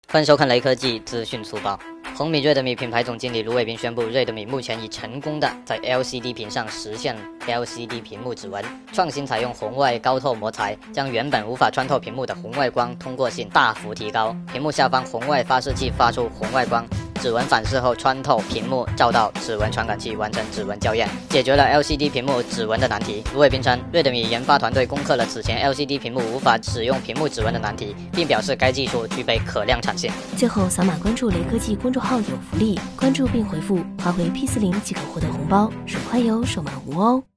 欢迎收看雷科技资讯速报。红米 Redmi 品牌总经理卢伟斌宣布，Redmi 目前已成功的在 LCD 屏上实现 LCD 屏幕指纹，创新采用红外高透膜材，将原本无法穿透屏幕的红外光通过性大幅提高。屏幕下方红外发射器发出红外光，指纹反射后穿透屏幕，照到指纹传感器，完成指纹校验，解决了 LCD 屏幕指纹的难题。卢伟斌称，Redmi 研发团队攻克了此前 LCD 屏幕无法使用屏幕指纹的难题，并表示该技术具备可量产性。 最后扫码关注雷科技公众号有福利，关注并回复“华为 P40” 即可获得红包，手快有，手慢无哦。